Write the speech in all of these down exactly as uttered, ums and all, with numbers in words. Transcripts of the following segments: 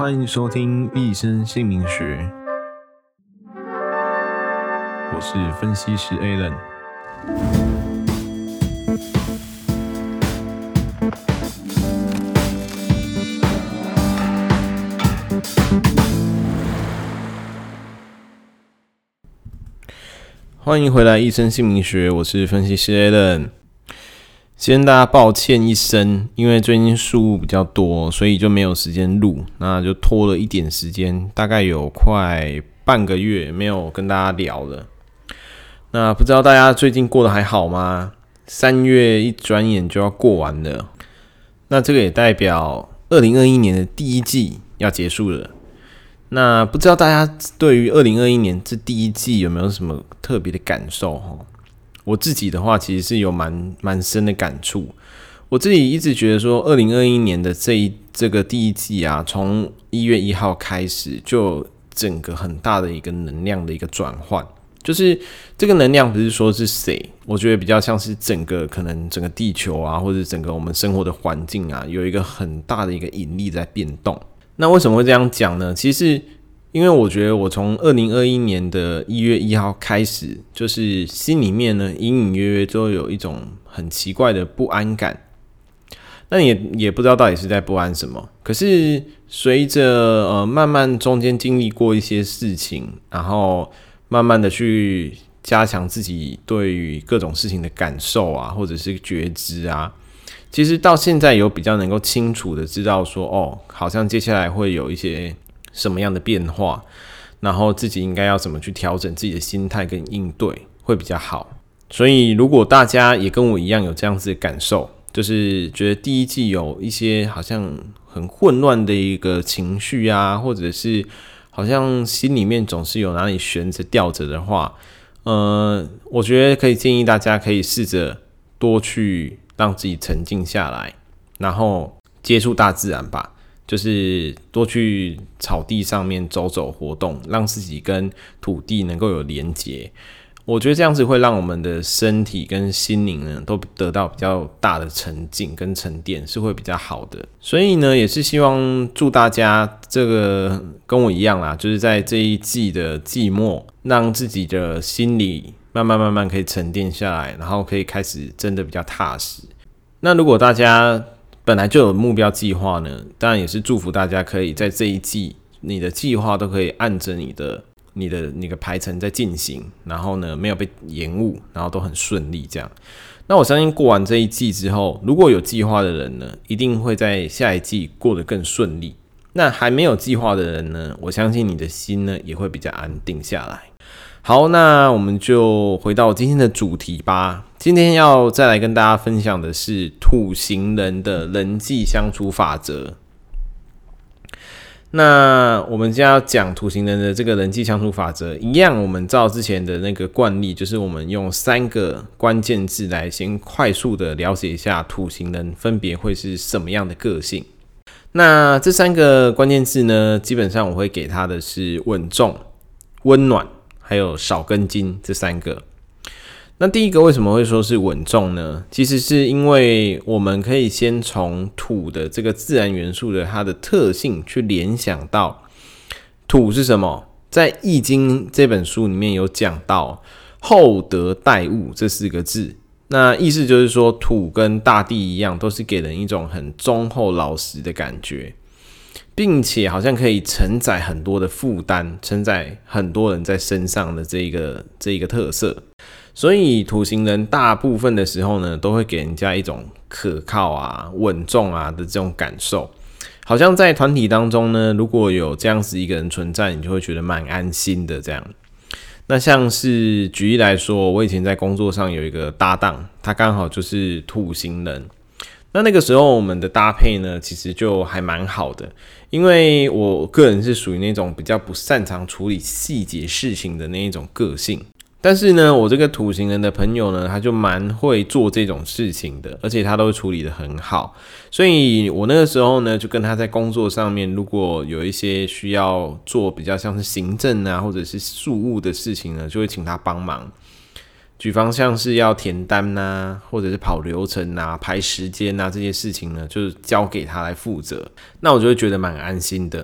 欢迎收听《一生姓名学》，我是分析师 Alan。欢迎回来《一生姓名学》，我是分析师 Alan。先跟大家抱歉一声，因为最近事务比较多，所以就没有时间录，那就拖了一点时间，大概有快半个月没有跟大家聊了。那不知道大家最近过得还好吗？三月一转眼就要过完了，那这个也代表二零二一年的第一季要结束了。那不知道大家对于二零二一年这第一季有没有什么特别的感受？我自己的话，其实是有蛮蛮深的感触。我自己一直觉得说，二零二一年的这一这个第一季啊，从一月一号开始，就整个很大的一个能量的一个转换。就是这个能量不是说是谁，我觉得比较像是整个可能整个地球啊，或者整个我们生活的环境啊，有一个很大的一个引力在变动。那为什么会这样讲呢？其实因为我觉得我从二零二一年的一月一号开始，就是心里面呢隐隐约约就有一种很奇怪的不安感。那也也不知道到底是在不安什么。可是随着呃慢慢中间经历过一些事情，然后慢慢的去加强自己对于各种事情的感受啊，或者是觉知啊，其实到现在有比较能够清楚的知道说，哦，好像接下来会有一些什么样的变化，然后自己应该要怎么去调整自己的心态跟应对会比较好。所以如果大家也跟我一样有这样子的感受，就是觉得第一季有一些好像很混乱的一个情绪啊，或者是好像心里面总是有哪里悬着吊着的话，呃，我觉得可以建议大家可以试着多去让自己沉静下来，然后接触大自然吧。就是多去草地上面走走活动，让自己跟土地能够有连结。我觉得这样子会让我们的身体跟心灵呢都得到比较大的沉静跟沉淀，是会比较好的。所以呢，也是希望祝大家这个跟我一样啦，就是在这一季的季末，让自己的心理慢慢慢慢可以沉淀下来，然后可以开始真的比较踏实。那如果大家本来就有目标计划呢，当然也是祝福大家可以在这一季，你的计划都可以按着你的、你的那个排程在进行，然后呢没有被延误，然后都很顺利这样。那我相信过完这一季之后，如果有计划的人呢，一定会在下一季过得更顺利。那还没有计划的人呢，我相信你的心呢也会比较安定下来。好，那我们就回到今天的主题吧。今天要再来跟大家分享的是土型人的人际相处法则。那我们今天要讲土型人的这个人际相处法则，一样我们照之前的那个惯例，就是我们用三个关键字来先快速的了解一下土型人分别会是什么样的个性。那这三个关键字呢，基本上我会给它的是稳重、温暖还有少根筋这三个。那第一个为什么会说是稳重呢？其实是因为我们可以先从土的这个自然元素的它的特性去联想到土是什么。在《易经》这本书里面有讲到厚德载物这四个字，那意思就是说土跟大地一样，都是给人一种很忠厚老实的感觉，并且好像可以承载很多的负担，承载很多人在身上的这一个这一个特色。所以土型人大部分的时候呢，都会给人家一种可靠啊、稳重啊的这种感受。好像在团体当中呢，如果有这样子一个人存在，你就会觉得蛮安心的这样。那像是举例来说，我以前在工作上有一个搭档，他刚好就是土型人。那那个时候我们的搭配呢，其实就还蛮好的，因为我个人是属于那种比较不擅长处理细节事情的那一种个性。但是呢，我这个土型人的朋友呢，他就蛮会做这种事情的，而且他都会处理得很好。所以我那个时候呢，就跟他在工作上面，如果有一些需要做比较像是行政啊，或者是事务的事情呢，就会请他帮忙。举方像是要填单啊，或者是跑流程啊、排时间啊这些事情呢，就是交给他来负责。那我就会觉得蛮安心的。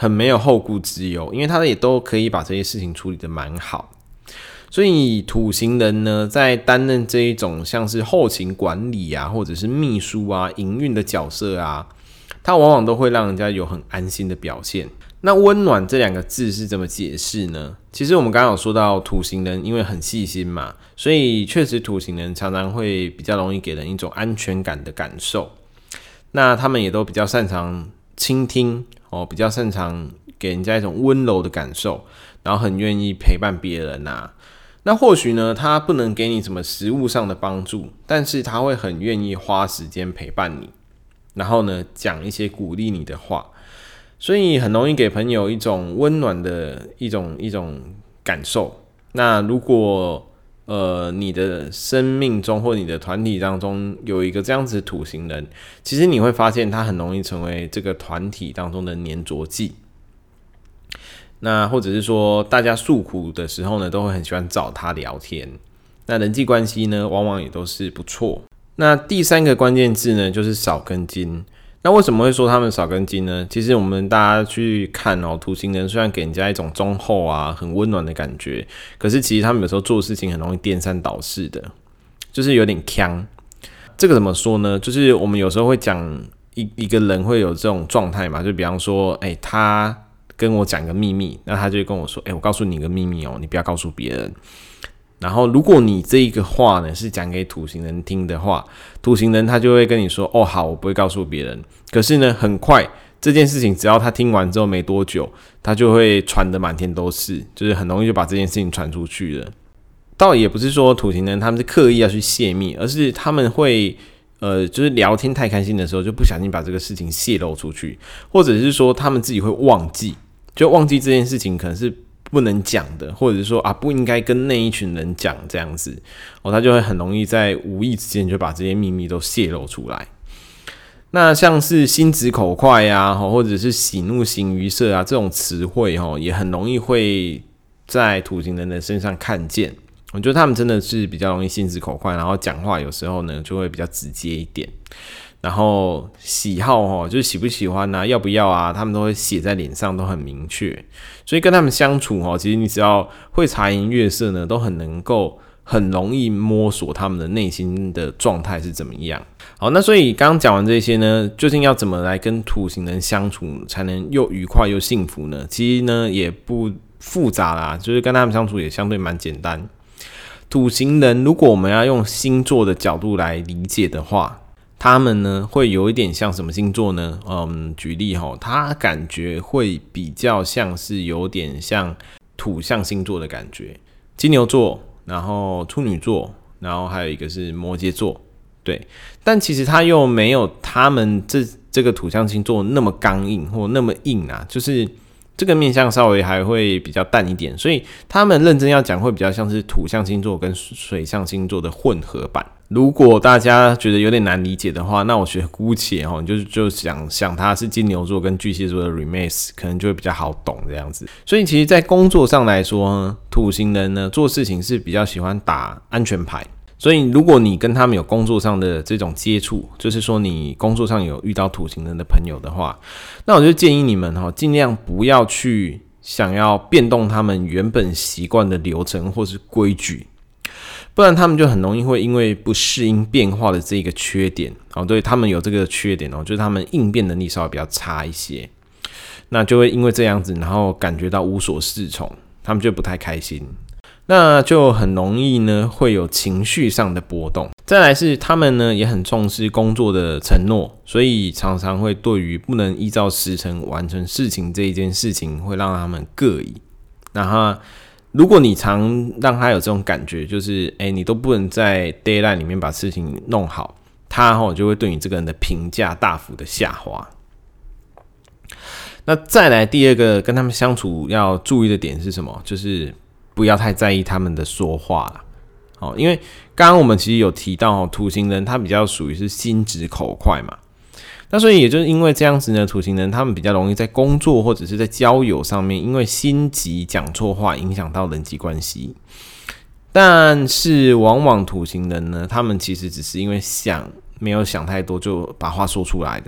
很没有后顾之忧，因为他也都可以把这些事情处理得蛮好。所以土型人呢，在担任这一种像是后勤管理啊，或者是秘书啊、营运的角色啊，他往往都会让人家有很安心的表现。那温暖这两个字是怎么解释呢？其实我们刚刚有说到土型人因为很细心嘛，所以确实土型人常常会比较容易给人一种安全感的感受。那他们也都比较擅长倾听哦，比较擅长给人家一种温柔的感受，然后很愿意陪伴别人啊。那或许呢，他不能给你什么实物上的帮助，但是他会很愿意花时间陪伴你，然后呢，讲一些鼓励你的话，所以很容易给朋友一种温暖的一种一种感受。那如果呃你的生命中或你的团体当中有一个这样子的土型人，其实你会发现他很容易成为这个团体当中的粘着剂。那或者是说，大家诉苦的时候呢，都会很喜欢找他聊天。那人际关系呢，往往也都是不错。那第三个关键字呢，就是少根筋。那为什么会说他们少根筋呢？其实我们大家去看哦，土型人虽然给人家一种忠厚啊、很温暖的感觉，可是其实他们有时候做事情很容易颠三倒四的，就是有点呛。这个怎么说呢？就是我们有时候会讲一一个人会有这种状态嘛，就比方说，哎、欸，他跟我讲一个秘密，那他就会跟我说：“哎、欸，我告诉你一个秘密哦，你不要告诉别人。”然后，如果你这一个话呢是讲给土型人听的话，土型人他就会跟你说：“哦，好，我不会告诉别人。”可是呢，很快这件事情只要他听完之后没多久，他就会传得满天都是，就是很容易就把这件事情传出去了。倒也不是说土型人他们是刻意要去泄密，而是他们会。呃，就是聊天太开心的时候，就不小心把这个事情泄露出去，或者是说他们自己会忘记，就忘记这件事情可能是不能讲的，或者是说啊不应该跟那一群人讲这样子，哦，他就会很容易在无意之间就把这些秘密都泄露出来。那像是心直口快啊，或者是喜怒形于色啊这种词汇，也很容易会在土型人的身上看见。我觉得他们真的是比较容易心直口快，然后讲话有时候呢就会比较直接一点，然后喜好哦，就是喜不喜欢啊，要不要啊，他们都会写在脸上，都很明确。所以跟他们相处哦，其实你只要会察言悦色呢，都很能够很容易摸索他们的内心的状态是怎么样。好，那所以刚刚讲完这些呢，究竟要怎么来跟土型人相处才能又愉快又幸福呢？其实呢也不复杂啦，就是跟他们相处也相对蛮简单。土型人，如果我们要用星座的角度来理解的话，他们呢会有一点像什么星座呢？嗯，举例齁，他感觉会比较像是有点像土象星座的感觉，金牛座，然后处女座，然后还有一个是摩羯座，对。但其实他又没有他们这这个土象星座那么刚硬或那么硬啊，就是这个面向稍微还会比较淡一点，所以他们认真要讲会比较像是土象星座跟水象星座的混合版。如果大家觉得有点难理解的话，那我觉得姑且齁，你就就想想它是金牛座跟巨蟹座的 remix， 可能就会比较好懂这样子。所以其实在工作上来说呢，土型人呢做事情是比较喜欢打安全牌。所以如果你跟他们有工作上的这种接触，就是说你工作上有遇到土型人的朋友的话，那我就建议你们尽量不要去想要变动他们原本习惯的流程或是规矩，不然他们就很容易会因为不适应变化的这个缺点，对，他们有这个缺点，就是他们应变能力稍微比较差一些，那就会因为这样子然后感觉到无所适从，他们就不太开心，那就很容易呢会有情绪上的波动。再来是他们呢也很重视工作的承诺，所以常常会对于不能依照时程完成事情这一件事情会让他们膈应。那他如果你常让他有这种感觉，就是哎，你都不能在 deadline 里面把事情弄好，他就会对你这个人的评价大幅的下滑。那再来第二个跟他们相处要注意的点是什么？就是不要太在意他们的说话啦。哦，因为刚刚我们其实有提到土型人他比较属于是心直口快嘛，那所以也就是因为这样子呢，土型人他们比较容易在工作或者是在交友上面因为心急讲错话影响到人际关系。但是往往土型人呢，他们其实只是因为想没有想太多就把话说出来的，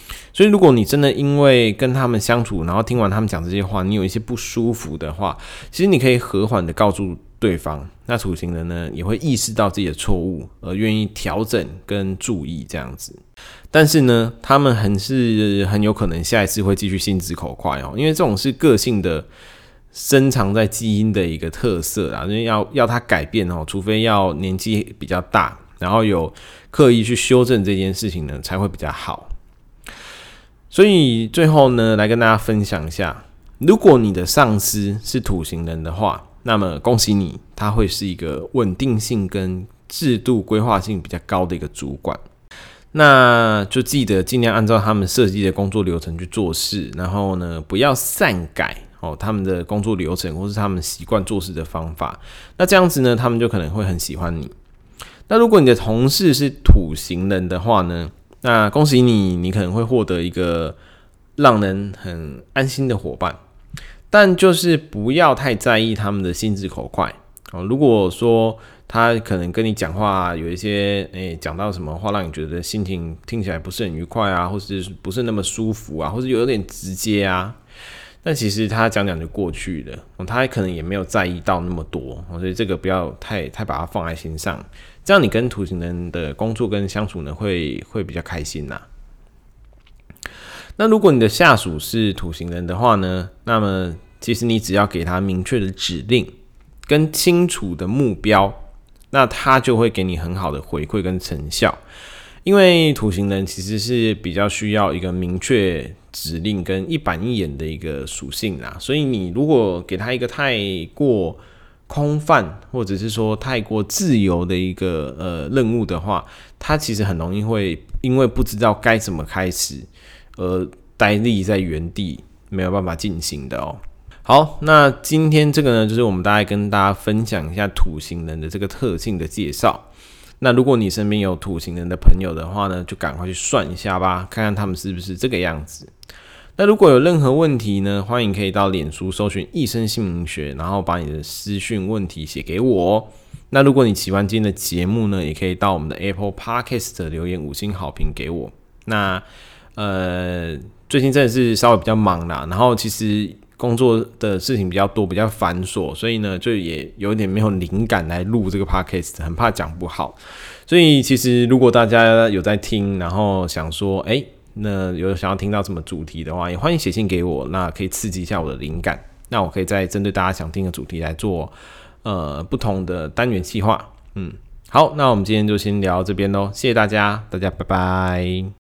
所以如果你真的因为跟他们相处，然后听完他们讲这些话，你有一些不舒服的话，其实你可以和缓的告诉对方，那土型人呢也会意识到自己的错误，而愿意调整跟注意这样子。但是呢，他们很是很有可能下一次会继续心直口快哦，因为这种是个性的深藏在基因的一个特色啦，因为要要他改变哦，除非要年纪比较大，然后有刻意去修正这件事情呢，才会比较好。所以最后呢，来跟大家分享一下，如果你的上司是土型人的话，那么恭喜你，他会是一个稳定性跟制度规划性比较高的一个主管。那就记得尽量按照他们设计的工作流程去做事，然后呢，不要擅改哦他们的工作流程或是他们习惯做事的方法。那这样子呢，他们就可能会很喜欢你。那如果你的同事是土型人的话呢，那恭喜你，你可能会获得一个让人很安心的伙伴。但就是不要太在意他们的心直口快哦。如果说他可能跟你讲话有一些诶讲到什么话让你觉得心情听起来不是很愉快啊，或是不是那么舒服啊，或是有点直接啊，但其实他讲讲就过去了，哦，他可能也没有在意到那么多，哦，所以这个不要太太把它放在心上，这样你跟土型人的工作跟相处呢会会比较开心啦。那如果你的下属是土型人的话呢，那么其实你只要给他明确的指令跟清楚的目标，那他就会给你很好的回馈跟成效。因为土型人其实是比较需要一个明确指令跟一板一眼的一个属性啦，所以你如果给他一个太过空泛或者是说太过自由的一个呃任务的话，他其实很容易会因为不知道该怎么开始而呆立在原地，没有办法进行的哦。好，那今天这个呢，就是我们大概跟大家分享一下土型人的这个特性的介绍。那如果你身边有土型人的朋友的话呢，就赶快去算一下吧，看看他们是不是这个样子。那如果有任何问题呢，欢迎可以到脸书搜寻一生姓名学，然后把你的私讯问题写给我哦。那如果你喜欢今天的节目呢，也可以到我们的 Apple Podcast 留言五星好评给我。那呃，最近真的是稍微比较忙啦，然后其实工作的事情比较多，比较繁琐，所以呢，就也有点没有灵感来录这个 podcast， 很怕讲不好。所以其实如果大家有在听，然后想说，哎、欸，那有想要听到什么主题的话，也欢迎写信给我，那可以刺激一下我的灵感。那我可以再针对大家想听的主题来做呃不同的单元计划。嗯，好，那我们今天就先聊到这边咯，谢谢大家，大家拜拜。